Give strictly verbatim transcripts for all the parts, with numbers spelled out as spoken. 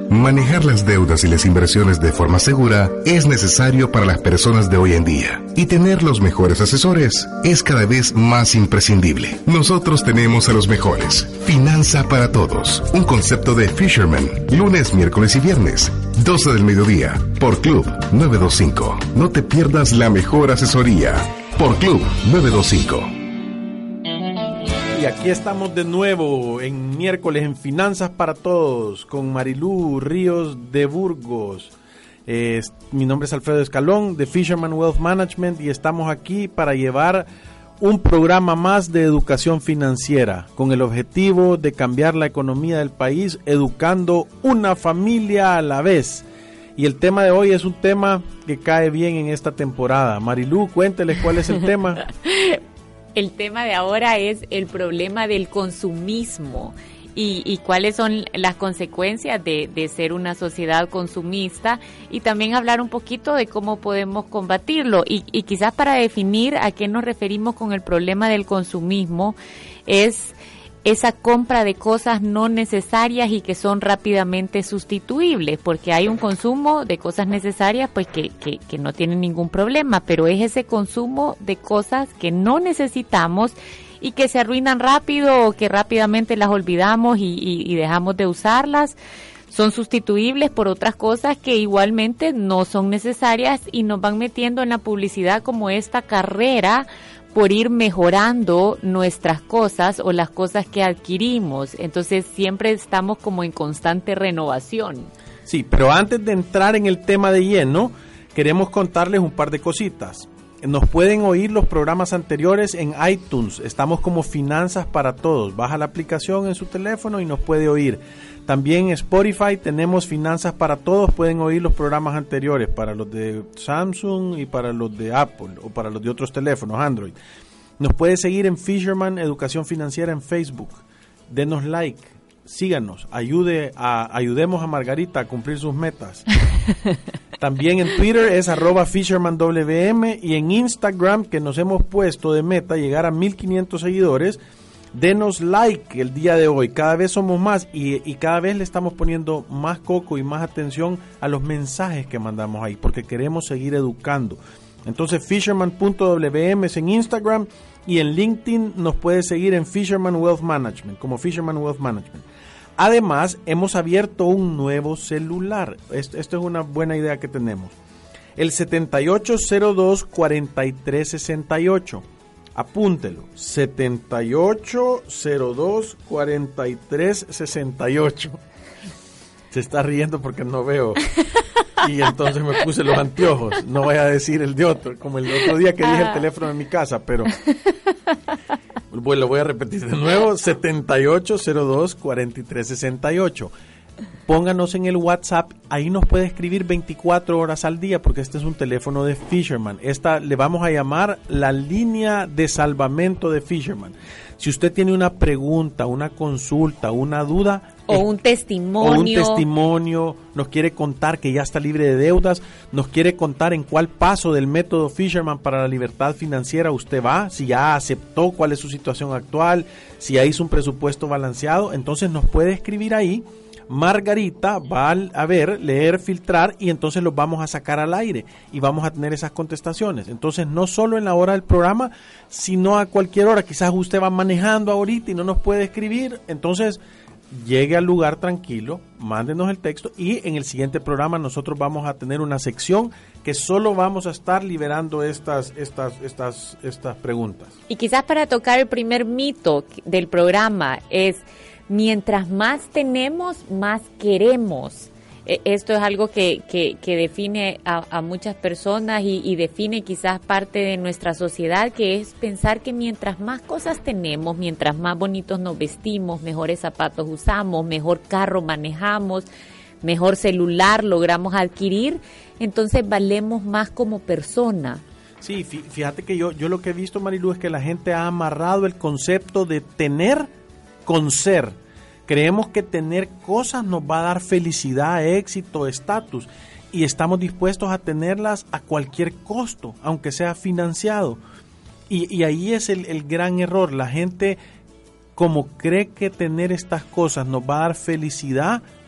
Manejar las deudas y las inversiones de forma segura es necesario para las personas de hoy en día, y tener los mejores asesores es cada vez más imprescindible. Nosotros tenemos a los mejores. Finanza para Todos, un concepto de Fisherman, lunes, miércoles y viernes, doce del mediodía, por Club nueve dos cinco. No te pierdas la mejor asesoría, por Club nueve dos cinco. Y aquí estamos de nuevo en miércoles en Finanzas para Todos con Marilú Ríos de Burgos. Eh, mi nombre es Alfredo Escalón de Fisherman Wealth Management y estamos aquí para llevar un programa más de educación financiera con el objetivo de cambiar la economía del país educando una familia a la vez. Y el tema de hoy es un tema que cae bien en esta temporada. Marilú, cuénteles cuál es el tema. El tema de ahora es el problema del consumismo y, y cuáles son las consecuencias de, de ser una sociedad consumista, y también hablar un poquito de cómo podemos combatirlo. Y, y quizás para definir a qué nos referimos con el problema del consumismo, es esa compra de cosas no necesarias y que son rápidamente sustituibles, porque hay un consumo de cosas necesarias pues que, que, que no tienen ningún problema, pero es ese consumo de cosas que no necesitamos y que se arruinan rápido o que rápidamente las olvidamos y, y, y dejamos de usarlas. Son sustituibles por otras cosas que igualmente no son necesarias y nos van metiendo en la publicidad como esta carrera por ir mejorando nuestras cosas o las cosas que adquirimos. Entonces siempre estamos como en constante renovación. Sí, pero antes de entrar en el tema de lleno, queremos contarles un par de cositas. Nos pueden oír los programas anteriores en iTunes. Estamos como Finanzas para Todos. Baja la aplicación en su teléfono y nos puede oír. También en Spotify tenemos Finanzas para Todos. Pueden oír los programas anteriores para los de Samsung y para los de Apple o para los de otros teléfonos, Android. Nos puede seguir en Fisherman Educación Financiera en Facebook. Denos like, síganos, ayude a, ayudemos a Margarita a cumplir sus metas. También en Twitter es arroba FishermanWM, y en Instagram, que nos hemos puesto de meta llegar a mil quinientos seguidores. Denos like el día de hoy, cada vez somos más y, y cada vez le estamos poniendo más coco y más atención a los mensajes que mandamos ahí, porque queremos seguir educando. Entonces fisherman punto w m es en Instagram, y en LinkedIn nos puede seguir en Fisherman Wealth Management, como Fisherman Wealth Management. Además, hemos abierto un nuevo celular. Esto, esto es una buena idea que tenemos. El setenta y ocho cero dos, cuarenta y tres sesenta y ocho. Apúntelo. setenta y ocho cero dos, cuarenta y tres sesenta y ocho. Se está riendo porque no veo. Y entonces me puse los anteojos. No voy a decir el de otro, como el otro día que dije el teléfono en mi casa, pero bueno, lo voy a repetir de nuevo. setenta y ocho cero dos, cuarenta y tres sesenta y ocho. Pónganos en el WhatsApp, ahí nos puede escribir veinticuatro horas al día, porque este es un teléfono de Fisherman. Esta le vamos a llamar la línea de salvamento de Fisherman. Si usted tiene una pregunta, una consulta, una duda, o un testimonio, o un testimonio, nos quiere contar que ya está libre de deudas, nos quiere contar en cuál paso del método Fisherman para la libertad financiera usted va, si ya aceptó cuál es su situación actual, si ya hizo un presupuesto balanceado, entonces nos puede escribir ahí. Margarita va a ver, leer, filtrar, y entonces los vamos a sacar al aire y vamos a tener esas contestaciones. Entonces, no solo en la hora del programa, sino a cualquier hora. Quizás usted va manejando ahorita y no nos puede escribir, entonces llegue al lugar tranquilo, mándenos el texto, y en el siguiente programa nosotros vamos a tener una sección que solo vamos a estar liberando estas, estas, estas, estas preguntas. Y quizás para tocar el primer mito del programa es: mientras más tenemos, más queremos. Esto es algo que, que, que define a, a muchas personas y, y define quizás parte de nuestra sociedad, que es pensar que mientras más cosas tenemos, mientras más bonitos nos vestimos, mejores zapatos usamos, mejor carro manejamos, mejor celular logramos adquirir, entonces valemos más como persona. Sí, fíjate que yo, yo lo que he visto, Marilú, es que la gente ha amarrado el concepto de tener con ser. Creemos que tener cosas nos va a dar felicidad, éxito, estatus, y estamos dispuestos a tenerlas a cualquier costo, aunque sea financiado. Y, y ahí es el, el gran error. La gente, como cree que tener estas cosas nos va a dar felicidad,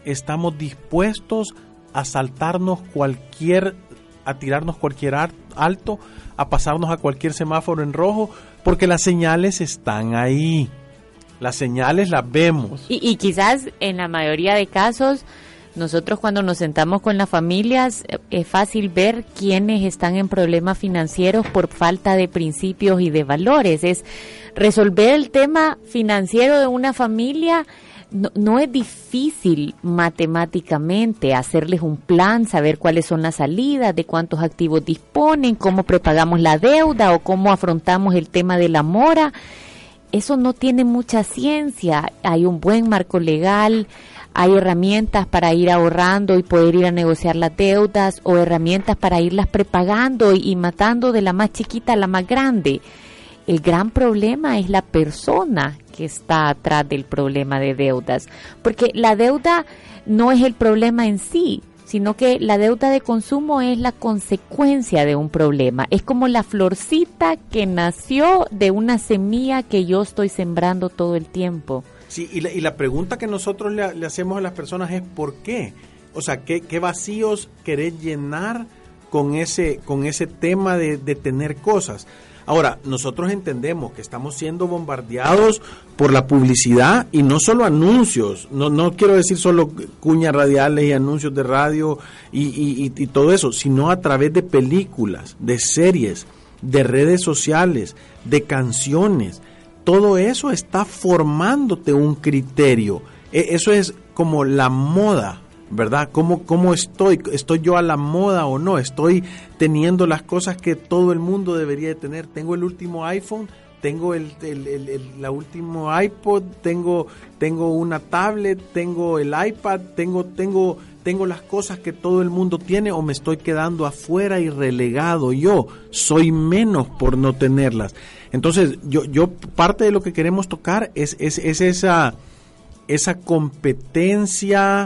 estamos dispuestos a saltarnos cualquier, a tirarnos cualquier alto, a pasarnos a cualquier semáforo en rojo, porque las señales están ahí. Las señales las vemos. Y, y quizás en la mayoría de casos, nosotros cuando nos sentamos con las familias, es fácil ver quiénes están en problemas financieros por falta de principios y de valores. Es resolver el tema financiero de una familia. No, no es difícil matemáticamente hacerles un plan, saber cuáles son las salidas, de cuántos activos disponen, cómo prepagamos la deuda o cómo afrontamos el tema de la mora. Eso no tiene mucha ciencia. Hay un buen marco legal, hay herramientas para ir ahorrando y poder ir a negociar las deudas, o herramientas para irlas prepagando y, y matando de la más chiquita a la más grande. El gran problema es la persona que está atrás del problema de deudas, porque la deuda no es el problema en sí, sino que la deuda de consumo es la consecuencia de un problema. Es como la florcita que nació de una semilla que yo estoy sembrando todo el tiempo. Sí, y la, y la pregunta que nosotros le, le hacemos a las personas es ¿por qué? O sea, ¿qué, qué vacíos querés llenar con ese, con ese tema de, de tener cosas? Ahora, nosotros entendemos que estamos siendo bombardeados por la publicidad y no solo anuncios, no no quiero decir solo cuñas radiales y anuncios de radio y, y, y, y todo eso, sino a través de películas, de series, de redes sociales, de canciones. Todo eso está formándote un criterio. Eso es como la moda, ¿verdad? ¿Cómo, cómo estoy? ¿Estoy yo a la moda o no? ¿Estoy teniendo las cosas que todo el mundo debería de tener? ¿Tengo el último iPhone? ¿Tengo el, el, el, el la último iPod? ¿Tengo, tengo una tablet? ¿Tengo el iPad? ¿Tengo, tengo, tengo las cosas que todo el mundo tiene? ¿O me estoy quedando afuera y relegado yo? ¿Soy menos por no tenerlas? Entonces, yo, yo parte de lo que queremos tocar es, es, es esa, esa competencia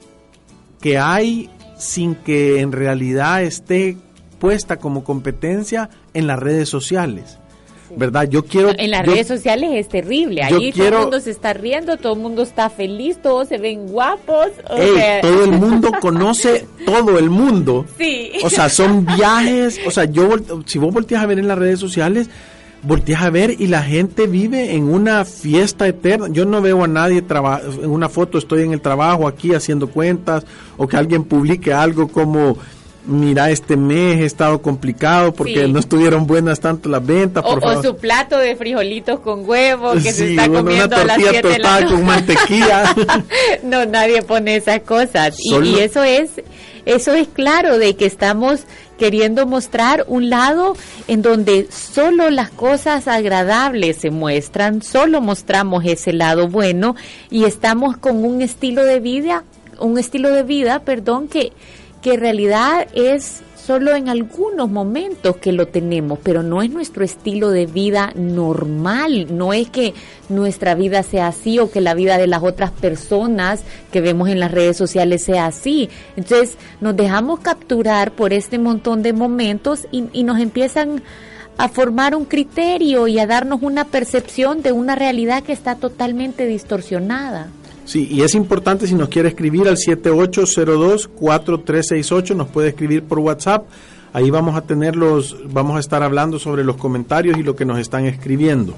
que hay sin que en realidad esté puesta como competencia en las redes sociales, sí. ¿Verdad? Yo quiero... En las yo, redes sociales es terrible, ahí quiero, todo el mundo se está riendo, todo el mundo está feliz, todos se ven guapos. O ey, sea... todo el mundo conoce todo el mundo. Sí. O sea, son viajes, o sea, yo si vos volteas a ver en las redes sociales, volteas a ver y la gente vive en una fiesta eterna. Yo no veo a nadie traba- en una foto, estoy en el trabajo aquí haciendo cuentas, o que alguien publique algo como, mira, este mes he estado complicado porque sí. no estuvieron buenas tanto las ventas. O, por favor. o su plato de frijolitos con huevo que sí, se está bueno, comiendo a las siete de la noche. Con mantequilla. No, nadie pone esas cosas. Solo... Y, y eso es, eso es claro de que estamos queriendo mostrar un lado en donde solo las cosas agradables se muestran, solo mostramos ese lado bueno y estamos con un estilo de vida, un estilo de vida, perdón, que, que en realidad es solo en algunos momentos que lo tenemos, pero no es nuestro estilo de vida normal, no es que nuestra vida sea así o que la vida de las otras personas que vemos en las redes sociales sea así. Entonces nos dejamos capturar por este montón de momentos y, y nos empiezan a formar un criterio y a darnos una percepción de una realidad que está totalmente distorsionada. Sí, y es importante, si nos quiere escribir al siete ocho cero dos cuatro tres seis ocho, nos puede escribir por WhatsApp. Ahí vamos a tener los, vamos a estar hablando sobre los comentarios y lo que nos están escribiendo.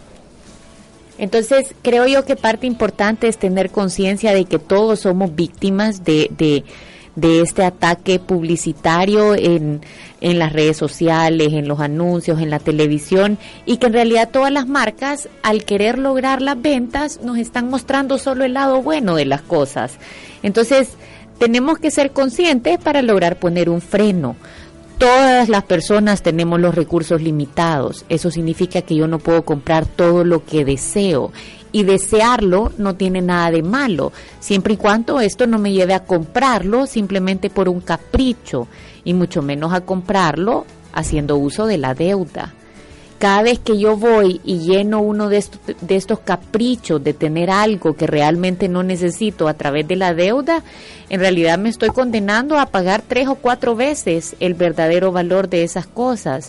Entonces, creo yo que parte importante es tener conciencia de que todos somos víctimas de, de, de este ataque publicitario en, en las redes sociales, en los anuncios, en la televisión, y que en realidad todas las marcas, al querer lograr las ventas, nos están mostrando solo el lado bueno de las cosas. Entonces, tenemos que ser conscientes para lograr poner un freno. Todas las personas tenemos los recursos limitados. Eso significa que yo no puedo comprar todo lo que deseo. Y desearlo no tiene nada de malo, siempre y cuando esto no me lleve a comprarlo simplemente por un capricho, y mucho menos a comprarlo haciendo uso de la deuda. Cada vez que yo voy y lleno uno de estos, de estos caprichos de tener algo que realmente no necesito a través de la deuda, en realidad me estoy condenando a pagar tres o cuatro veces el verdadero valor de esas cosas.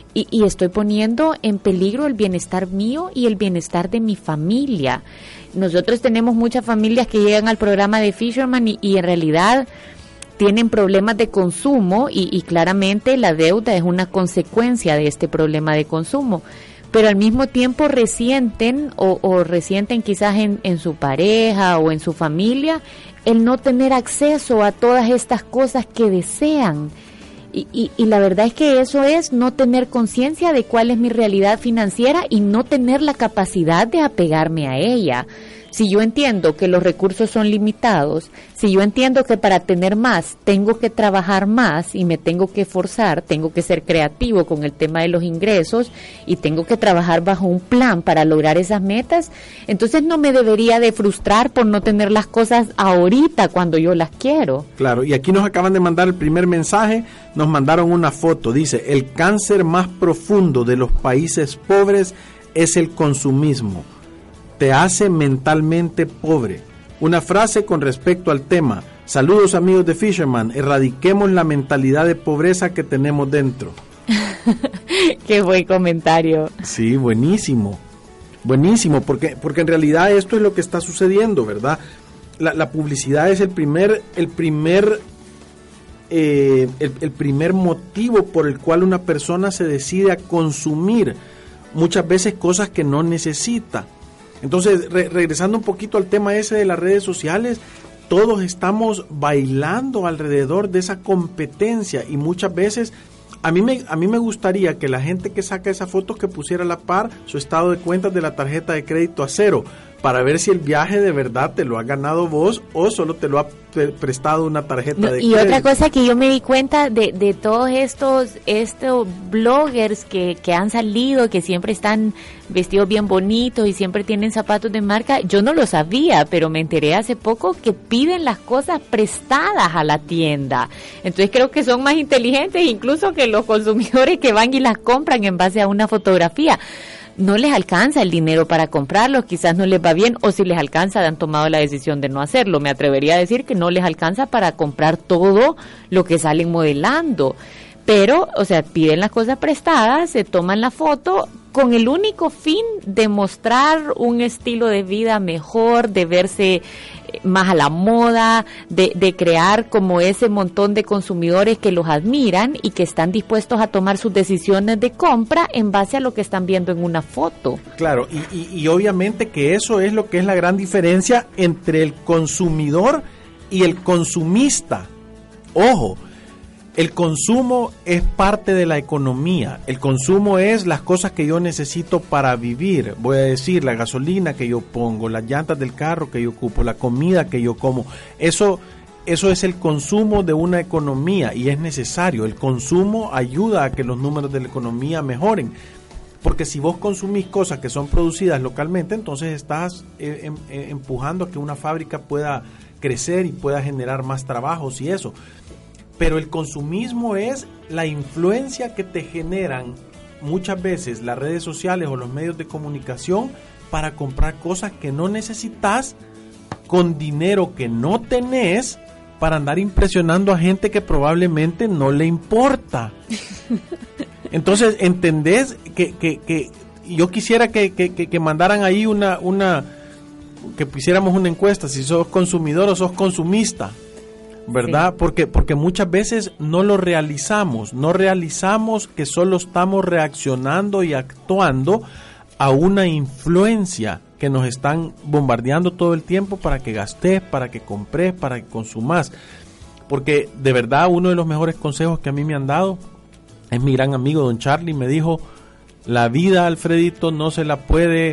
y, y estoy poniendo en peligro el bienestar mío y el bienestar de mi familia. Nosotros tenemos muchas familias que llegan al programa de Fisherman y, y en realidad tienen problemas de consumo y, y claramente la deuda es una consecuencia de este problema de consumo, pero al mismo tiempo resienten o, o resienten quizás en, en su pareja o en su familia el no tener acceso a todas estas cosas que desean. Y, y, y la verdad es que eso es no tener conciencia de cuál es mi realidad financiera y no tener la capacidad de apegarme a ella. Si yo entiendo que los recursos son limitados, si yo entiendo que para tener más tengo que trabajar más y me tengo que esforzar, tengo que ser creativo con el tema de los ingresos y tengo que trabajar bajo un plan para lograr esas metas, entonces no me debería de frustrar por no tener las cosas ahorita cuando yo las quiero. Claro, y aquí nos acaban de mandar el primer mensaje, nos mandaron una foto, dice, el cáncer más profundo de los países pobres es el consumismo. Te hace mentalmente pobre. Una frase con respecto al tema. Saludos amigos de Fisherman, erradiquemos la mentalidad de pobreza que tenemos dentro. Qué buen comentario. Sí, buenísimo. Buenísimo, porque, porque en realidad esto es lo que está sucediendo, ¿verdad? La, la publicidad es el primer, el primer, eh, el, el primer motivo por el cual una persona se decide a consumir muchas veces cosas que no necesita. Entonces, re- regresando un poquito al tema ese de las redes sociales, todos estamos bailando alrededor de esa competencia y muchas veces a mí me a mí me gustaría que la gente que saca esa foto que pusiera a la par su estado de cuentas de la tarjeta de crédito a cero para ver si el viaje de verdad te lo ha ganado vos o solo te lo ha pre- prestado una tarjeta No, de y crédito. otra cosa que yo me di cuenta de, de todos estos estos bloggers que, que han salido, que siempre están vestidos bien bonitos y siempre tienen zapatos de marca, yo no lo sabía, pero me enteré hace poco que piden las cosas prestadas a la tienda. Entonces creo que son más inteligentes incluso que los consumidores que van y las compran en base a una fotografía. No les alcanza el dinero para comprarlos, quizás no les va bien, o si les alcanza, han tomado la decisión de no hacerlo. Me atrevería a decir que no les alcanza para comprar todo lo que salen modelando. Pero, o sea, piden las cosas prestadas, se toman la foto con el único fin de mostrar un estilo de vida mejor, de verse más a la moda, de, de crear como ese montón de consumidores que los admiran y que están dispuestos a tomar sus decisiones de compra en base a lo que están viendo en una foto. Claro, y, y, y obviamente que eso es lo que es la gran diferencia entre el consumidor y el consumista. Ojo, el consumo es parte de la economía. El consumo es las cosas que yo necesito para vivir. Voy a decir, la gasolina que yo pongo, las llantas del carro que yo ocupo, la comida que yo como. Eso, eso es el consumo de una economía y es necesario. El consumo ayuda a que los números de la economía mejoren. Porque si vos consumís cosas que son producidas localmente, entonces estás eh, em, eh, empujando a que una fábrica pueda crecer y pueda generar más trabajos y eso. Pero el consumismo es la influencia que te generan muchas veces las redes sociales o los medios de comunicación para comprar cosas que no necesitas con dinero que no tenés para andar impresionando a gente que probablemente no le importa. Entonces, ¿entendés? Que, que, que yo quisiera que, que, que mandaran ahí una, una, que pusiéramos una encuesta, si sos consumidor o sos consumista. ¿Verdad? Sí. Porque, porque muchas veces no lo realizamos, no realizamos que solo estamos reaccionando y actuando a una influencia que nos están bombardeando todo el tiempo para que gastes, para que compres, para que consumas. Porque de verdad uno de los mejores consejos que a mí me han dado es mi gran amigo Don Charlie, me dijo, la vida, Alfredito, no se la puede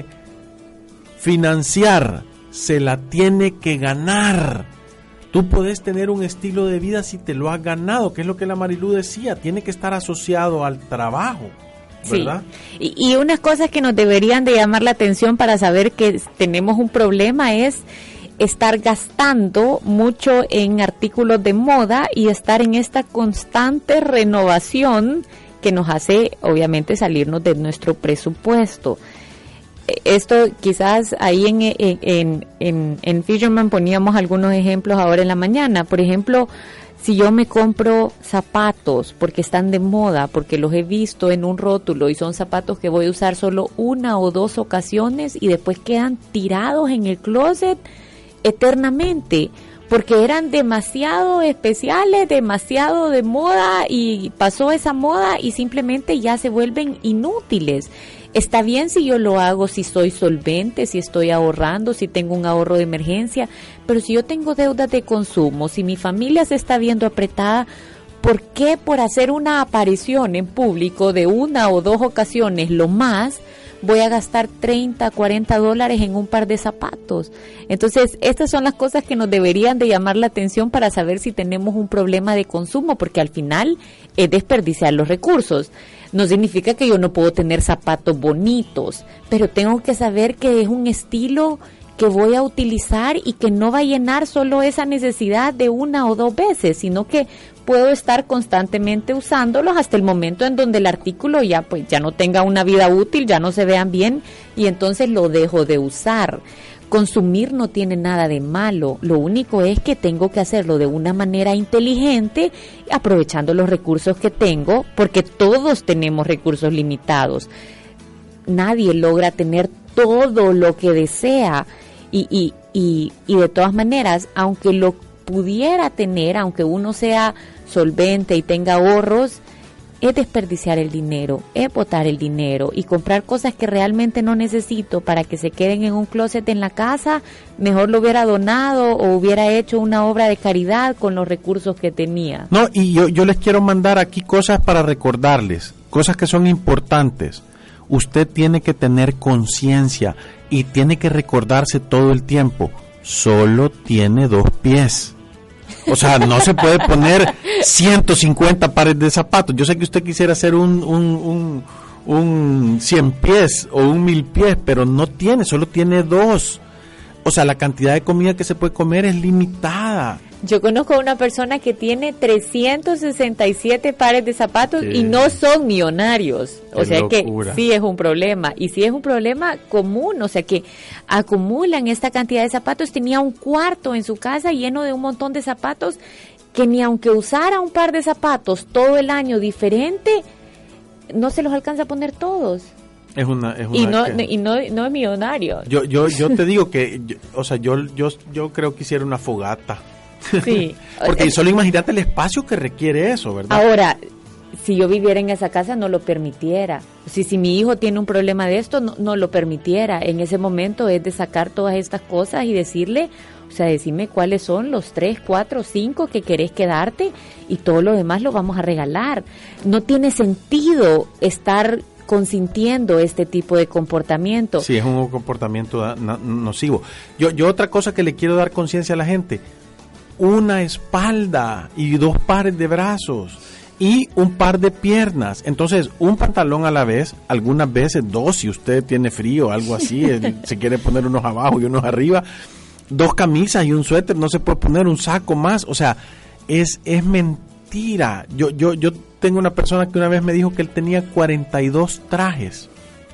financiar, se la tiene que ganar. Tú puedes tener un estilo de vida si te lo has ganado, que es lo que la Marilú decía, tiene que estar asociado al trabajo, ¿verdad? Sí. Y, y unas cosas que nos deberían de llamar la atención para saber que tenemos un problema es estar gastando mucho en artículos de moda y estar en esta constante renovación que nos hace, obviamente, salirnos de nuestro presupuesto. Esto quizás ahí en, en, en, en Fisherman poníamos algunos ejemplos ahora en la mañana. Por ejemplo, Si yo me compro zapatos porque están de moda, porque los he visto en un rótulo y son zapatos que voy a usar solo una o dos ocasiones y después quedan tirados en el closet eternamente, porque eran demasiado especiales, demasiado de moda y pasó esa moda y simplemente ya se vuelven inútiles. Está bien si yo lo hago, si soy solvente, si estoy ahorrando, si tengo un ahorro de emergencia, pero si yo tengo deudas de consumo, si mi familia se está viendo apretada, ¿por qué por hacer una aparición en público de una o dos ocasiones lo más, voy a gastar treinta, cuarenta dólares en un par de zapatos? Entonces, estas son las cosas que nos deberían de llamar la atención para saber si tenemos un problema de consumo, porque al final es desperdiciar los recursos. No significa que yo no puedo tener zapatos bonitos, pero tengo que saber que es un estilo que voy a utilizar y que no va a llenar solo esa necesidad de una o dos veces, sino que puedo estar constantemente usándolos hasta el momento en donde el artículo ya pues ya no tenga una vida útil, ya no se vean bien y entonces lo dejo de usar. Consumir no tiene nada de malo, lo único es que tengo que hacerlo de una manera inteligente, aprovechando los recursos que tengo, porque todos tenemos recursos limitados. Nadie logra tener todo lo que desea y, y, y, y de todas maneras, aunque lo pudiera tener, aunque uno sea solvente y tenga ahorros, es desperdiciar el dinero, es botar el dinero y comprar cosas que realmente no necesito para que se queden en un closet en la casa. Mejor lo hubiera donado o hubiera hecho una obra de caridad con los recursos que tenía. No, y yo, yo les quiero mandar aquí cosas para recordarles, cosas que son importantes. Usted tiene que tener conciencia y tiene que recordarse todo el tiempo, solo tiene dos pies. O sea, no se puede poner ciento cincuenta pares de zapatos. Yo sé que usted quisiera hacer un, un, un, un cien pies o un mil pies, pero no tiene, solo tiene dos. O sea, la cantidad de comida que se puede comer es limitada. Yo conozco a una persona que tiene trescientos sesenta y siete pares de zapatos sí. y no son millonarios. O Qué sea locura. Que sí es un problema. Y sí es un problema común. O sea que acumulan esta cantidad de zapatos. Tenía un cuarto en su casa lleno de un montón de zapatos que ni aunque usara un par de zapatos todo el año diferente, no se los alcanza a poner todos. Es una, es una y no que... y no, no es millonario. Yo yo yo te digo que, yo, o sea, yo yo yo creo que hiciera una fogata. Sí. Porque solo imagínate el espacio que requiere eso, ¿verdad? Ahora, si yo viviera en esa casa no lo permitiera. Si si mi hijo tiene un problema de esto, no, no lo permitiera. En ese momento es de sacar todas estas cosas y decirle, o sea, decirme cuáles son los tres, cuatro, cinco que querés quedarte y todo lo demás lo vamos a regalar. No tiene sentido estar consintiendo este tipo de comportamiento. Sí, es un comportamiento nocivo. Yo, yo otra cosa que le quiero dar conciencia a la gente, una espalda y dos pares de brazos y un par de piernas. Entonces, un pantalón a la vez, algunas veces dos si usted tiene frío, algo así, se quiere poner unos abajo y unos arriba, dos camisas y un suéter, no se puede poner un saco más. O sea, es es mentira. Yo yo yo tengo una persona que una vez me dijo que él tenía cuarenta y dos trajes.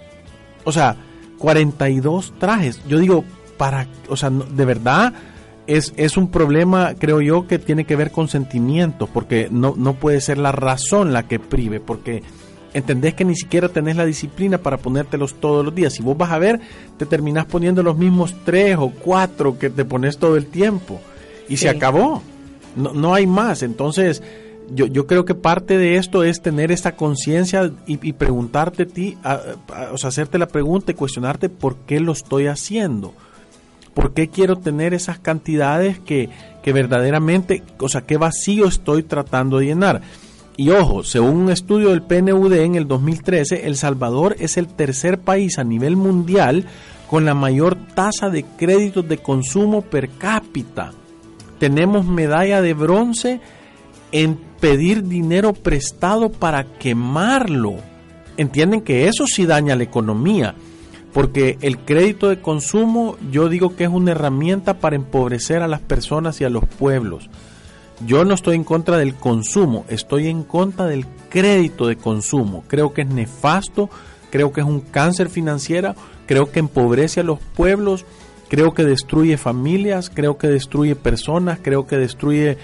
O sea, cuarenta y dos trajes. Yo digo, para, o sea, no, de verdad es es un problema, creo yo, que tiene que ver con sentimientos, porque no no puede ser la razón la que prive, porque entendés que ni siquiera tenés la disciplina para ponértelos todos los días. Si vos vas a ver, te terminás poniendo los mismos tres o cuatro que te pones todo el tiempo y sí. Se acabó. No no hay más. Entonces, yo yo creo que parte de esto es tener esta conciencia y, y preguntarte a ti, a, a, o sea, hacerte la pregunta y cuestionarte por qué lo estoy haciendo. ¿Por qué quiero tener esas cantidades que, que verdaderamente, o sea, qué vacío estoy tratando de llenar? Y ojo, según un estudio del P N U D en el dos mil trece, El Salvador es el tercer país a nivel mundial con la mayor tasa de créditos de consumo per cápita. Tenemos medalla de bronce en pedir dinero prestado para quemarlo. Entienden que eso sí daña la economía. Porque el crédito de consumo, yo digo que es una herramienta para empobrecer a las personas y a los pueblos. Yo no estoy en contra del consumo, estoy en contra del crédito de consumo. Creo que es nefasto, creo que es un cáncer financiero, creo que empobrece a los pueblos, creo que destruye familias, creo que destruye personas, creo que destruye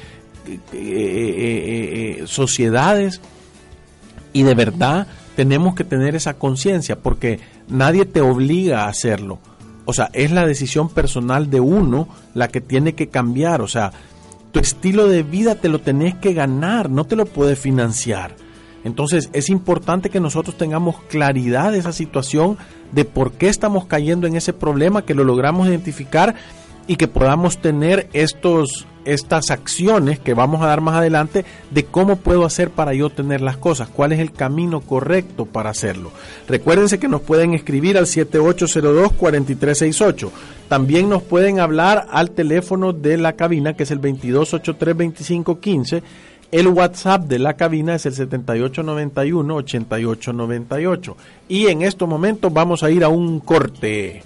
eh, eh, eh, sociedades, y de verdad tenemos que tener esa conciencia, porque nadie te obliga a hacerlo. O sea, es la decisión personal de uno la que tiene que cambiar. O sea, tu estilo de vida te lo tenés que ganar, no te lo puedes financiar. Entonces es importante que nosotros tengamos claridad de esa situación, de por qué estamos cayendo en ese problema, que lo logramos identificar y que podamos tener estos, estas acciones que vamos a dar más adelante de cómo puedo hacer para yo tener las cosas, cuál es el camino correcto para hacerlo. Recuérdense que nos pueden escribir al siete ocho cero dos, cuatro tres seis ocho. También nos pueden hablar al teléfono de la cabina, que es el veintidós ochenta y tres veinticinco quince. El WhatsApp de la cabina es el setenta y ocho noventa y uno ochenta y ocho noventa y ocho. Y en estos momentos vamos a ir a un corte.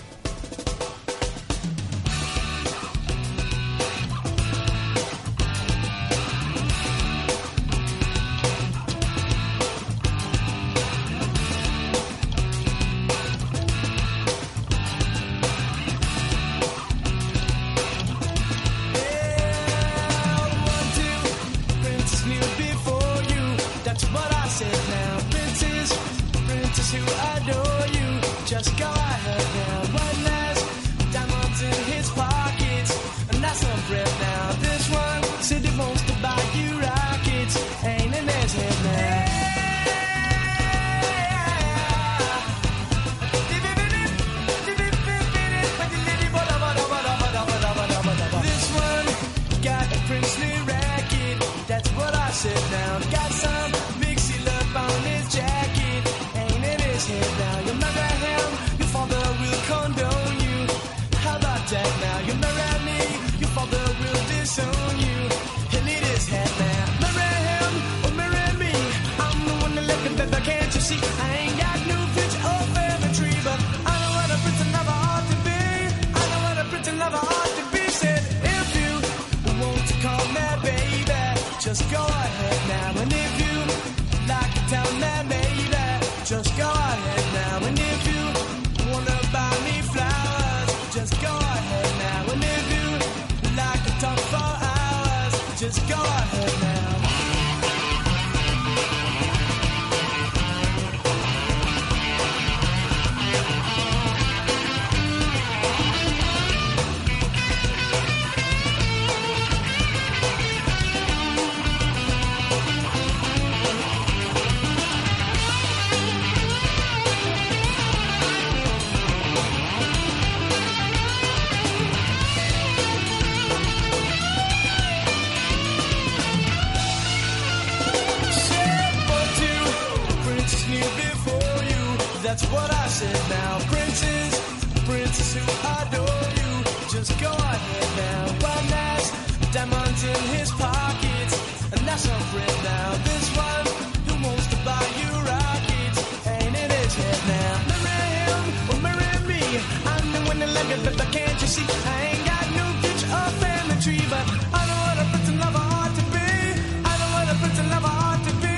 That's what I said now. Princes, princes who adore you, just go ahead now. One has diamonds in his pockets, and that's a friend now. This one who wants to buy you rockets, ain't in his head now. Marry him or marry me, I'm the one that like it, but can't you see? I ain't got no bitch or family tree, but I know what a prince and lover ought to be. I know what a prince and lover ought to be.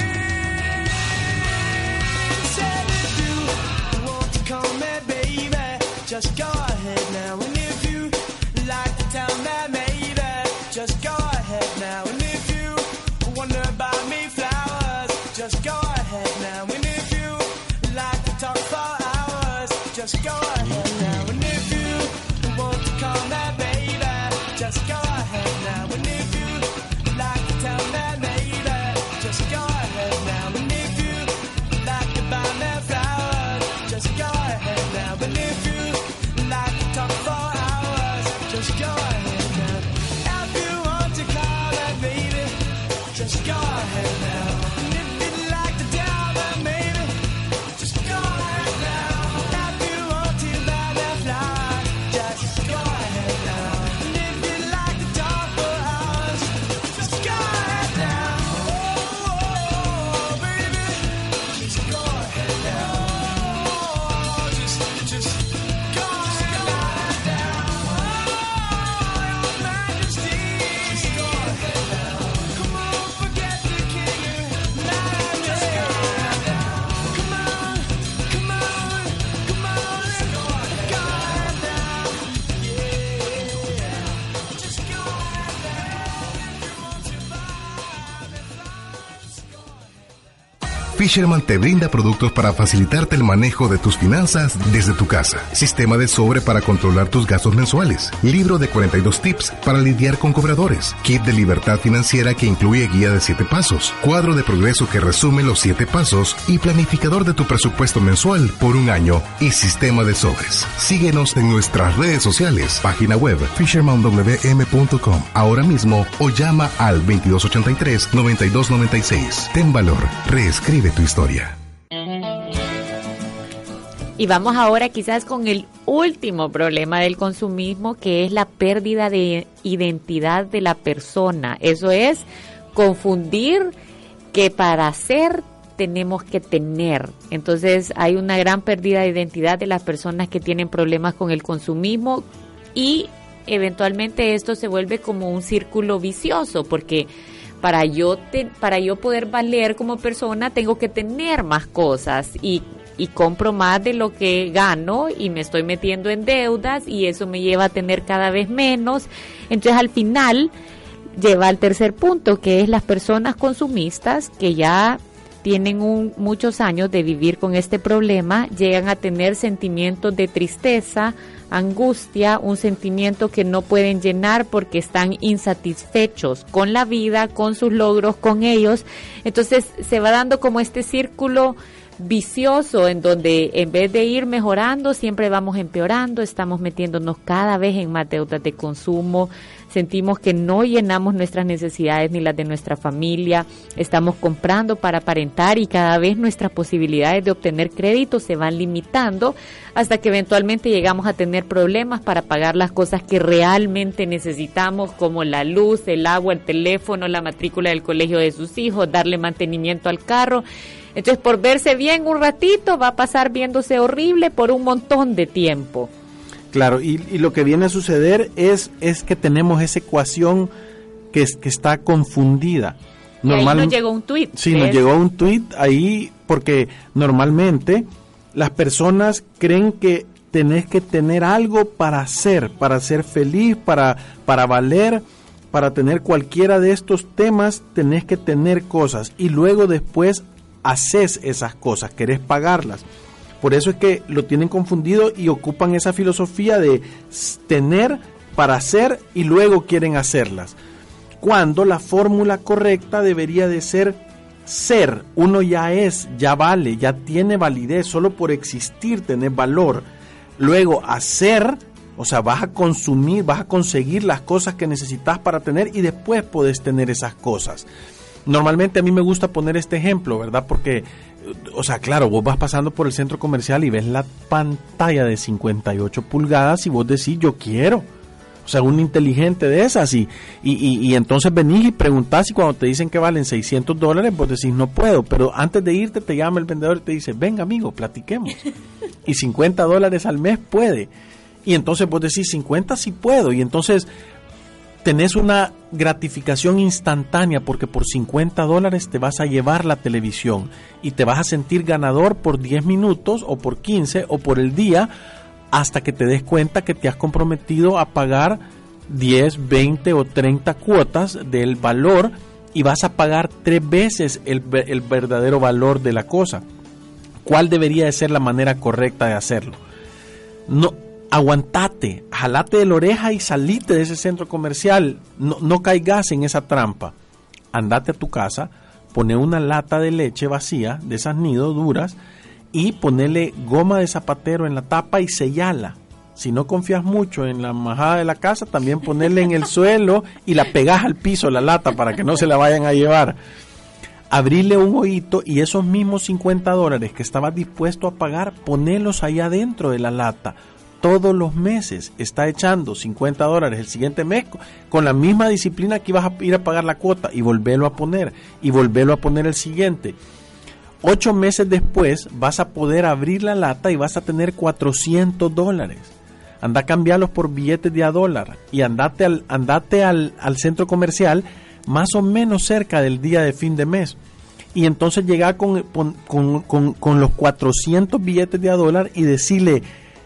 Said if you want to call me baby, just go ahead now. And if you like to tell me maybe, just go ahead now. And if you wonder about me flowers, just go ahead now. And if you like to talk for hours, just go ahead now. And if you want to call me baby, just go ahead now. And if you like to tell me maybe, just go ahead now. And if you like to buy me flowers, just go ahead now. And if you like to talk for hours, just go ahead now. If you want to call me baby, just go ahead now. And if you'd like to tell me maybe, just go ahead now. If you want to buy me flowers, just go ahead now. And if you'd like to talk for hours, just go ahead now. Oh, oh, baby, just go ahead now. Oh, just, just go ahead now. Oh, your Majesty, just go ahead now. Come on, forget Fisherman te brinda productos para facilitarte el manejo de tus finanzas desde tu casa. Sistema de sobre para controlar tus gastos mensuales. Libro de cuarenta y dos tips para lidiar con cobradores. Kit de libertad financiera que incluye guía de siete pasos. Cuadro de progreso que resume los siete pasos y planificador de tu presupuesto mensual por un año y sistema de sobres. Síguenos en nuestras redes sociales, página web fisherman w m punto com ahora mismo o llama al veintidós ochenta y tres, noventa y dos noventa y seis. Ten valor, reescribe tu historia. Y vamos ahora quizás con el último problema del consumismo, que es la pérdida de identidad de la persona. Eso es confundir que para ser tenemos que tener. Entonces hay una gran pérdida de identidad de las personas que tienen problemas con el consumismo y eventualmente esto se vuelve como un círculo vicioso, porque para yo te, para yo poder valer como persona tengo que tener más cosas y y compro más de lo que gano y me estoy metiendo en deudas y eso me lleva a tener cada vez menos. Entonces al final lleva al tercer punto, que es las personas consumistas que ya tienen un, muchos años de vivir con este problema, llegan a tener sentimientos de tristeza, angustia, un sentimiento que no pueden llenar porque están insatisfechos con la vida, con sus logros, con ellos. Entonces se va dando como este círculo vicioso en donde en vez de ir mejorando siempre vamos empeorando, estamos metiéndonos cada vez en más deudas de consumo, sentimos que no llenamos nuestras necesidades ni las de nuestra familia, estamos comprando para aparentar y cada vez nuestras posibilidades de obtener crédito se van limitando hasta que eventualmente llegamos a tener problemas para pagar las cosas que realmente necesitamos, como la luz, el agua, el teléfono, la matrícula del colegio de sus hijos, darle mantenimiento al carro. Entonces, por verse bien un ratito, va a pasar viéndose horrible por un montón de tiempo. Claro, y, y lo que viene a suceder es, es que tenemos esa ecuación que, es, que está confundida. Normal, ahí nos llegó un tuit. Sí, nos llegó un tuit ahí porque normalmente las personas creen que tenés que tener algo para ser, para ser feliz, para, para valer, para tener cualquiera de estos temas, tenés que tener cosas y luego después haces esas cosas, querés pagarlas. Por eso es que lo tienen confundido y ocupan esa filosofía de tener para hacer y luego quieren hacerlas. Cuando la fórmula correcta debería de ser ser. Uno ya es, ya vale, ya tiene validez, solo por existir tenés valor. Luego hacer, o sea, vas a consumir, vas a conseguir las cosas que necesitas para tener y después podés tener esas cosas. Normalmente a mí me gusta poner este ejemplo, ¿verdad? Porque, o sea, claro, vos vas pasando por el centro comercial y ves la pantalla de cincuenta y ocho pulgadas y vos decís, yo quiero. O sea, un inteligente de esas y, y, y, y entonces venís y preguntás y cuando te dicen que valen seiscientos dólares, vos decís, no puedo. Pero antes de irte te llama el vendedor y te dice, venga amigo, platiquemos. Y cincuenta dólares al mes puede. Y entonces vos decís, cincuenta sí puedo. Y entonces tenés una gratificación instantánea porque por cincuenta dólares te vas a llevar la televisión y te vas a sentir ganador por diez minutos o por quince o por el día hasta que te des cuenta que te has comprometido a pagar diez, veinte o treinta cuotas del valor y vas a pagar tres veces el, el verdadero valor de la cosa. ¿Cuál debería de ser la manera correcta de hacerlo? No, aguantate, jalate de la oreja y salite de ese centro comercial, no, no caigas en esa trampa. Andate a tu casa, pone una lata de leche vacía, de esas nido duras, y ponele goma de zapatero en la tapa y sellala. Si no confías mucho en la majada de la casa, también ponele en el suelo y la pegás al piso la lata para que no se la vayan a llevar. Abrirle un hoyito y esos mismos cincuenta dólares que estabas dispuesto a pagar, ponelos ahí adentro de la lata. Todos los meses está echando cincuenta dólares el siguiente mes con la misma disciplina que ibas a ir a pagar la cuota y volverlo a poner y volverlo a poner el siguiente. Ocho meses después vas a poder abrir la lata y vas a tener cuatrocientos dólares. Anda a cambiarlos por billetes de a dólar y andate al, andate al, al centro comercial más o menos cerca del día de fin de mes. Y entonces llega con, con, con, con los cuatrocientos billetes de a dólar y decirle,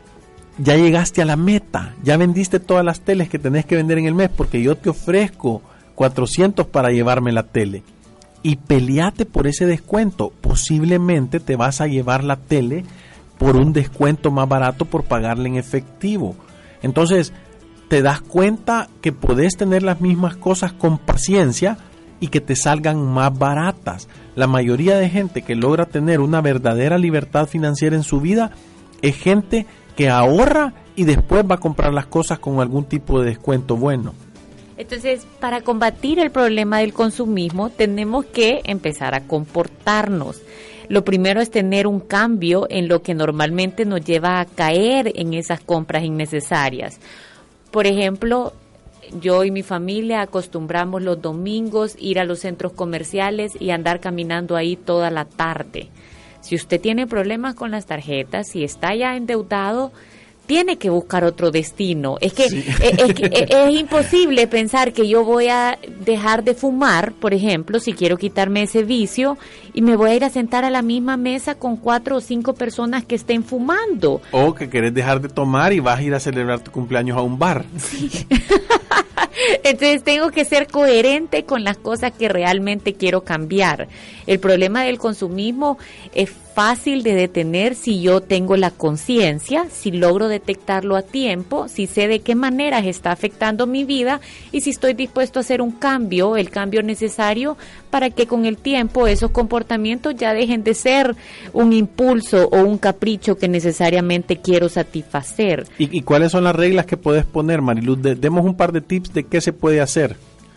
ya llegaste a la meta, ya vendiste todas las teles que tenés que vender en el mes porque yo te ofrezco cuatrocientos para llevarme la tele. y peleate por ese descuento. Posiblemente te vas a llevar la tele por un descuento más barato por pagarle en efectivo. Entonces, te das cuenta que podés tener las mismas cosas con paciencia y que te salgan más baratas. La mayoría de gente que logra tener una verdadera libertad financiera en su vida es gente que ahorra y después va a comprar las cosas con algún tipo de descuento bueno. Entonces, para combatir el problema del consumismo, tenemos que empezar a comportarnos. Lo primero es tener un cambio en lo que normalmente nos lleva a caer en esas compras innecesarias. Por ejemplo, yo y mi familia acostumbramos los domingos ir a los centros comerciales y andar caminando ahí toda la tarde. Si usted tiene problemas con las tarjetas, si está ya endeudado, tiene que buscar otro destino. Es que, sí. es, es, que es, es imposible pensar que yo voy a dejar de fumar, por ejemplo, si quiero quitarme ese vicio, y me voy a ir a sentar a la misma mesa con cuatro o cinco personas que estén fumando. O que querés dejar de tomar y vas a ir a celebrar tu cumpleaños a un bar. Sí. Entonces tengo que ser coherente con las cosas que realmente quiero cambiar. El problema del consumismo es fácil de detener si yo tengo la conciencia, si logro detectarlo a tiempo, si sé de qué maneras está afectando mi vida y si estoy dispuesto a hacer un cambio, el cambio necesario para que con el tiempo esos comportamientos ya dejen de ser un impulso o un capricho que necesariamente quiero satisfacer. ¿Y, y cuáles son las reglas que puedes poner, Mariluz? De, demos un par de tips de qué se puede hacer.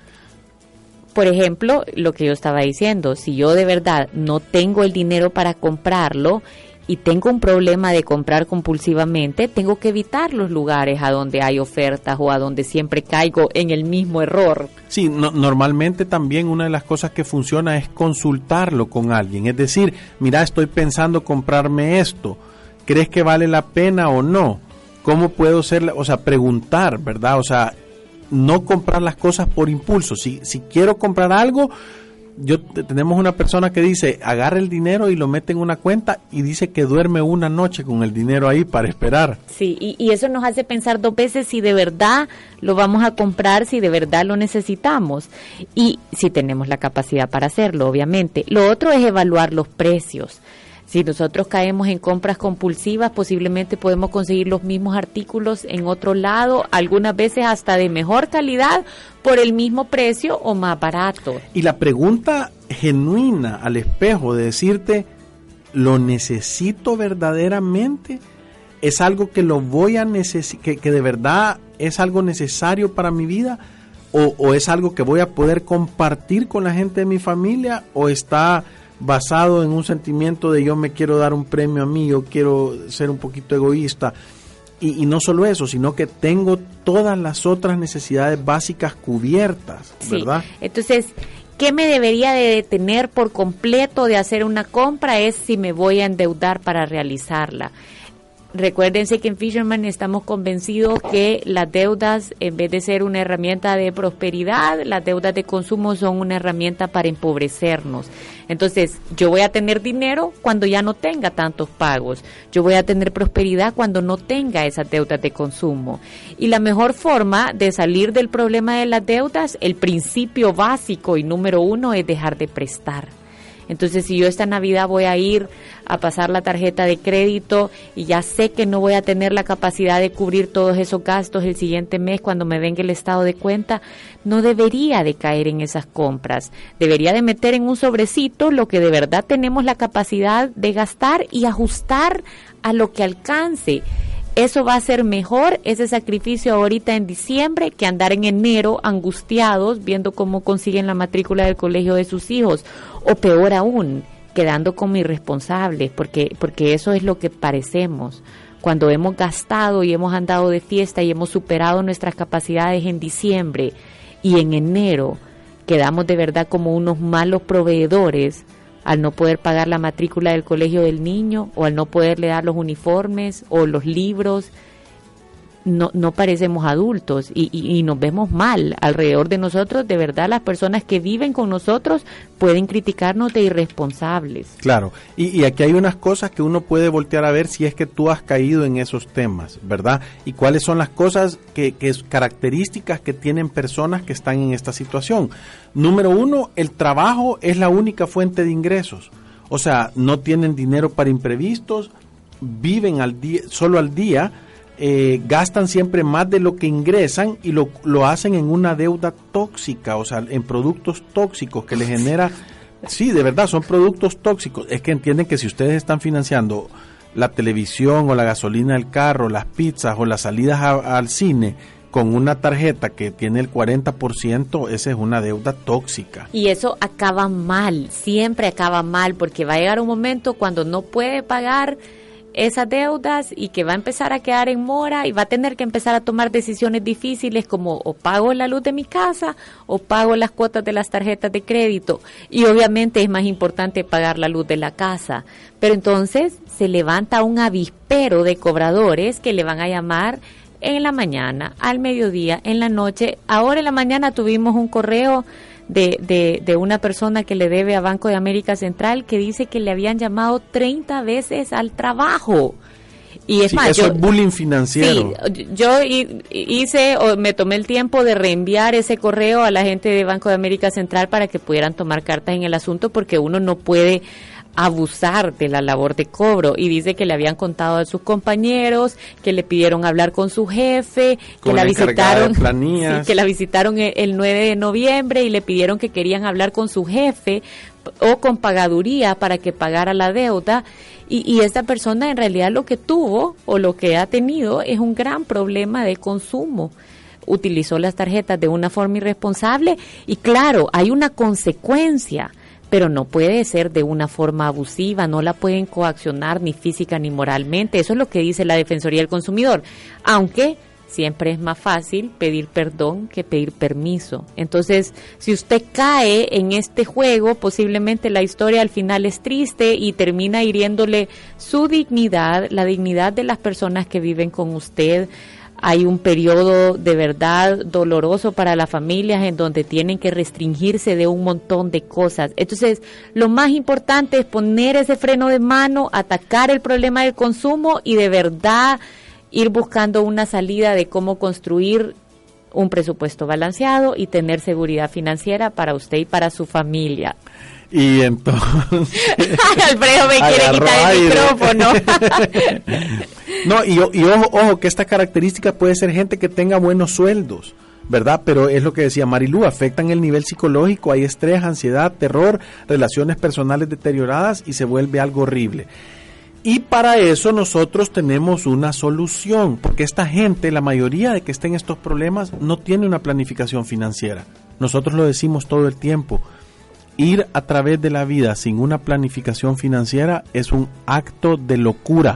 Por ejemplo, lo que yo estaba diciendo, si yo de verdad no tengo el dinero para comprarlo y tengo un problema de comprar compulsivamente, tengo que evitar los lugares a donde hay ofertas o a donde siempre caigo en el mismo error. Sí, no, normalmente también una de las cosas que funciona es consultarlo con alguien, es decir, mira, estoy pensando comprarme esto, ¿crees que vale la pena o no? ¿Cómo puedo ser, o sea, preguntar, ¿verdad? O sea, no comprar las cosas por impulso. Si, si quiero comprar algo, yo tenemos una persona que dice, agarra el dinero y lo mete en una cuenta y dice que duerme una noche con el dinero ahí para esperar. Sí, y, y eso nos hace pensar dos veces si de verdad lo vamos a comprar, si de verdad lo necesitamos y si tenemos la capacidad para hacerlo, obviamente. Lo otro es evaluar los precios. Si nosotros caemos en compras compulsivas, posiblemente podemos conseguir los mismos artículos en otro lado, algunas veces hasta de mejor calidad, por el mismo precio o más barato. Y la pregunta genuina al espejo de decirte, ¿lo necesito verdaderamente? ¿Es algo que lo voy a necesitar, que, que de verdad es algo necesario para mi vida? ¿O, o es algo que voy a poder compartir con la gente de mi familia? ¿O está basado en un sentimiento de yo me quiero dar un premio a mí, yo quiero ser un poquito egoísta? Y, y no solo eso, sino que tengo todas las otras necesidades básicas cubiertas, ¿verdad? Sí. Entonces, ¿qué me debería de detener por completo de hacer una compra? Es si me voy a endeudar para realizarla. Recuérdense que en Fisherman estamos convencidos que las deudas, en vez de ser una herramienta de prosperidad, las deudas de consumo son una herramienta para empobrecernos. Entonces, yo voy a tener dinero cuando ya no tenga tantos pagos. Yo voy a tener prosperidad cuando no tenga esas deudas de consumo. Y la mejor forma de salir del problema de las deudas, el principio básico y número uno, es dejar de prestar. Entonces, si yo esta Navidad voy a ir a pasar la tarjeta de crédito y ya sé que no voy a tener la capacidad de cubrir todos esos gastos el siguiente mes cuando me venga el estado de cuenta, no debería de caer en esas compras. Debería de meter en un sobrecito lo que de verdad tenemos la capacidad de gastar y ajustar a lo que alcance. Eso va a ser mejor, ese sacrificio ahorita en diciembre, que andar en enero angustiados viendo cómo consiguen la matrícula del colegio de sus hijos, o peor aún, quedando como irresponsables, porque, porque eso es lo que parecemos. Cuando hemos gastado y hemos andado de fiesta y hemos superado nuestras capacidades en diciembre y en enero quedamos de verdad como unos malos proveedores al no poder pagar la matrícula del colegio del niño o al no poderle dar los uniformes o los libros. no, no parecemos adultos y, y, y nos vemos mal alrededor de nosotros. De verdad, las personas que viven con nosotros pueden criticarnos de irresponsables. Claro, y, y aquí hay unas cosas que uno puede voltear a ver si es que tú has caído en esos temas, ¿verdad? Y cuáles son las cosas que, que es características que tienen personas que están en esta situación. Número uno, el trabajo es la única fuente de ingresos. O sea, no tienen dinero para imprevistos, viven al día, solo al día, eh, gastan siempre más de lo que ingresan y lo, lo hacen en una deuda tóxica, o sea, en productos tóxicos que les genera, sí, de verdad, son productos tóxicos. Es que entienden que si ustedes están financiando la televisión o la gasolina del carro, las pizzas o las salidas a, al cine con una tarjeta que tiene el cuarenta por ciento, esa es una deuda tóxica. Y eso acaba mal, siempre acaba mal, porque va a llegar un momento cuando no puede pagar esas deudas y que va a empezar a quedar en mora y va a tener que empezar a tomar decisiones difíciles como o pago la luz de mi casa o pago las cuotas de las tarjetas de crédito, y obviamente es más importante pagar la luz de la casa, pero entonces se levanta un avispero de cobradores que le van a llamar en la mañana, al mediodía, en la noche. Ahora en la mañana tuvimos un correo de, de, de una persona que le debe a Banco de América Central que dice que le habían llamado treinta veces al trabajo. Y es sí, más, eso yo, es bullying financiero. Sí, yo hice o me tomé el tiempo de reenviar ese correo a la gente de Banco de América Central para que pudieran tomar cartas en el asunto, porque uno no puede abusar de la labor de cobro. Y dice que le habían contado a sus compañeros, que le pidieron hablar con su jefe, con que la visitaron, sí, que la visitaron el, el nueve de noviembre y le pidieron que querían hablar con su jefe o con pagaduría para que pagara la deuda. Y, y esta persona en realidad lo que tuvo o lo que ha tenido es un gran problema de consumo. Utilizó las tarjetas de una forma irresponsable y claro, hay una consecuencia, pero no puede ser de una forma abusiva, no la pueden coaccionar ni física ni moralmente. Eso es lo que dice la Defensoría del Consumidor, aunque siempre es más fácil pedir perdón que pedir permiso. Entonces, si usted cae en este juego, posiblemente la historia al final es triste y termina hiriéndole su dignidad, la dignidad de las personas que viven con usted. Hay un periodo de verdad doloroso para las familias en donde tienen que restringirse de un montón de cosas. Entonces, lo más importante es poner ese freno de mano, atacar el problema del consumo y de verdad ir buscando una salida de cómo construir un presupuesto balanceado y tener seguridad financiera para usted y para su familia. Y entonces... Alfredo me quiere quitar el micrófono. No, y, y ojo, ojo, que esta característica puede ser gente que tenga buenos sueldos, ¿verdad? Pero es lo que decía Marilu, afectan el nivel psicológico, hay estrés, ansiedad, terror, relaciones personales deterioradas y se vuelve algo horrible. Y para eso nosotros tenemos una solución, porque esta gente, la mayoría de que está en estos problemas, no tiene una planificación financiera. Nosotros lo decimos todo el tiempo. Ir a través de la vida sin una planificación financiera es un acto de locura.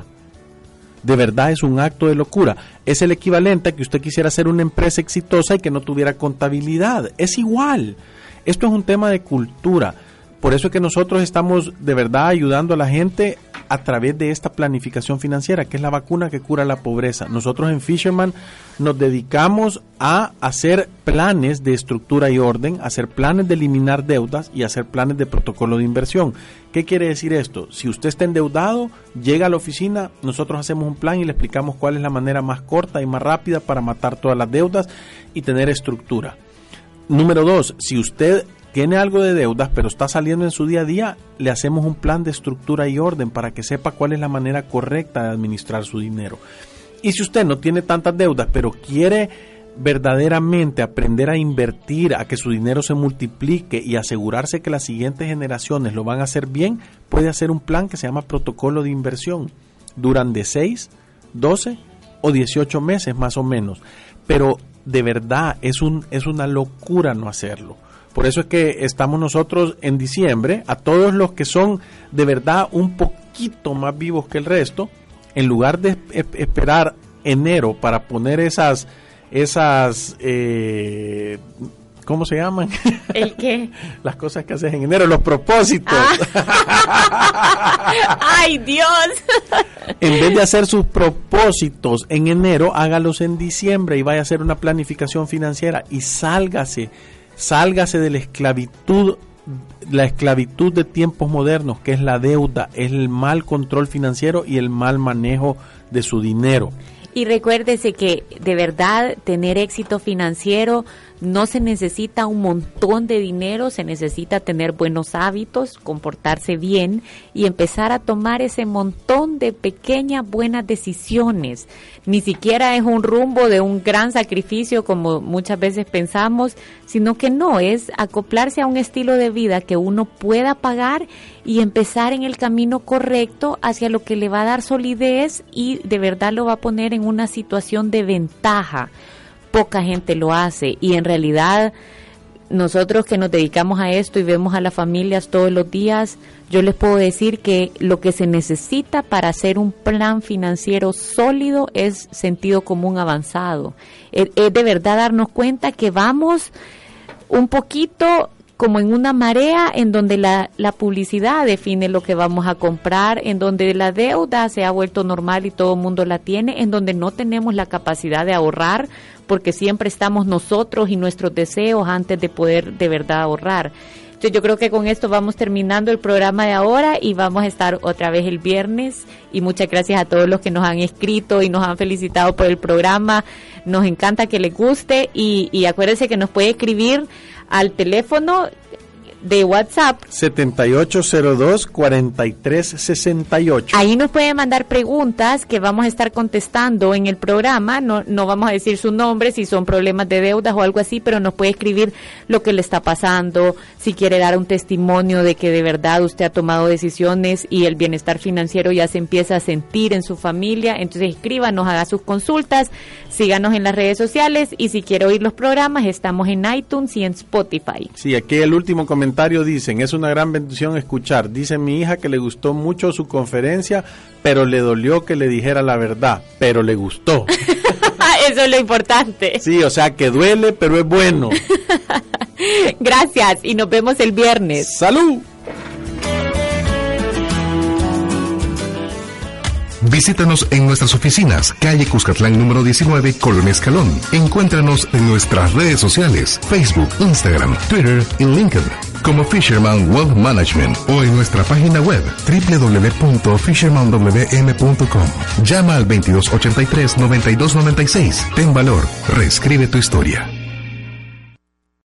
De verdad es un acto de locura. Es el equivalente a que usted quisiera hacer una empresa exitosa y que no tuviera contabilidad. Es igual. Esto es un tema de cultura. Por eso es que nosotros estamos de verdad ayudando a la gente a través de esta planificación financiera, que es la vacuna que cura la pobreza. Nosotros en Fisherman nos dedicamos a hacer planes de estructura y orden, hacer planes de eliminar deudas y hacer planes de protocolo de inversión. ¿Qué quiere decir esto? Si usted está endeudado, llega a la oficina, nosotros hacemos un plan y le explicamos cuál es la manera más corta y más rápida para matar todas las deudas y tener estructura. Número dos, si usted tiene algo de deudas, pero está saliendo en su día a día, le hacemos un plan de estructura y orden para que sepa cuál es la manera correcta de administrar su dinero. Y si usted no tiene tantas deudas, pero quiere verdaderamente aprender a invertir, a que su dinero se multiplique y asegurarse que las siguientes generaciones lo van a hacer bien, puede hacer un plan que se llama protocolo de inversión. Duran de seis, doce o dieciocho meses más o menos. Pero de verdad es un, es una locura no hacerlo. Por eso es que estamos nosotros en diciembre, a todos los que son de verdad un poquito más vivos que el resto, en lugar de esperar enero para poner esas, esas eh, ¿cómo se llaman? ¿El qué? Las cosas que haces en enero, los propósitos. Ah. ¡Ay, Dios! En vez de hacer sus propósitos en enero, hágalos en diciembre y vaya a hacer una planificación financiera y sálgase, sálgase de la esclavitud, la esclavitud de tiempos modernos, que es la deuda, es el mal control financiero y el mal manejo de su dinero. Y recuérdese que de verdad tener éxito financiero no se necesita un montón de dinero, se necesita tener buenos hábitos, comportarse bien y empezar a tomar ese montón de pequeñas buenas decisiones. Ni siquiera es un rumbo de un gran sacrificio como muchas veces pensamos, sino que no, es acoplarse a un estilo de vida que uno pueda pagar y empezar en el camino correcto hacia lo que le va a dar solidez y de verdad lo va a poner en una situación de ventaja. Poca gente lo hace y en realidad nosotros que nos dedicamos a esto y vemos a las familias todos los días, yo les puedo decir que lo que se necesita para hacer un plan financiero sólido es sentido común avanzado. Es, es de verdad darnos cuenta que vamos un poquito como en una marea en donde la, la publicidad define lo que vamos a comprar, en donde la deuda se ha vuelto normal y todo el mundo la tiene, en donde no tenemos la capacidad de ahorrar porque siempre estamos nosotros y nuestros deseos antes de poder de verdad ahorrar. Entonces yo creo que con esto vamos terminando el programa de ahora y vamos a estar otra vez el viernes y muchas gracias a todos los que nos han escrito y nos han felicitado por el programa. Nos encanta que les guste y, y acuérdense que nos puede escribir al teléfono de WhatsApp setenta y ocho cero dos, cuarenta y tres sesenta y ocho. Ahí nos puede mandar preguntas que vamos a estar contestando en el programa. No, no vamos a decir su nombre, si son problemas de deudas o algo así, pero nos puede escribir lo que le está pasando, si quiere dar un testimonio de que de verdad usted ha tomado decisiones y el bienestar financiero ya se empieza a sentir en su familia. Entonces escríbanos, haga sus consultas, síganos en las redes sociales y si quiere oír los programas estamos en iTunes y en Spotify. Sí, aquí el último comentario dicen, es una gran bendición escuchar. Dice mi hija que le gustó mucho su conferencia, pero le dolió que le dijera la verdad, pero le gustó. Eso es lo importante. Sí, o sea que duele, pero es bueno. Gracias y nos vemos el viernes. ¡Salud! Visítanos en nuestras oficinas, calle Cuscatlán número diecinueve, Colonia Escalón. Encuéntranos en nuestras redes sociales, Facebook, Instagram, Twitter y LinkedIn, como Fisherman Wealth Management, o en nuestra página web, doble u doble u doble u punto fisherman w m punto com. Llama al veintidós ochenta y tres, noventa y dos noventa y seis. Ten valor, reescribe tu historia.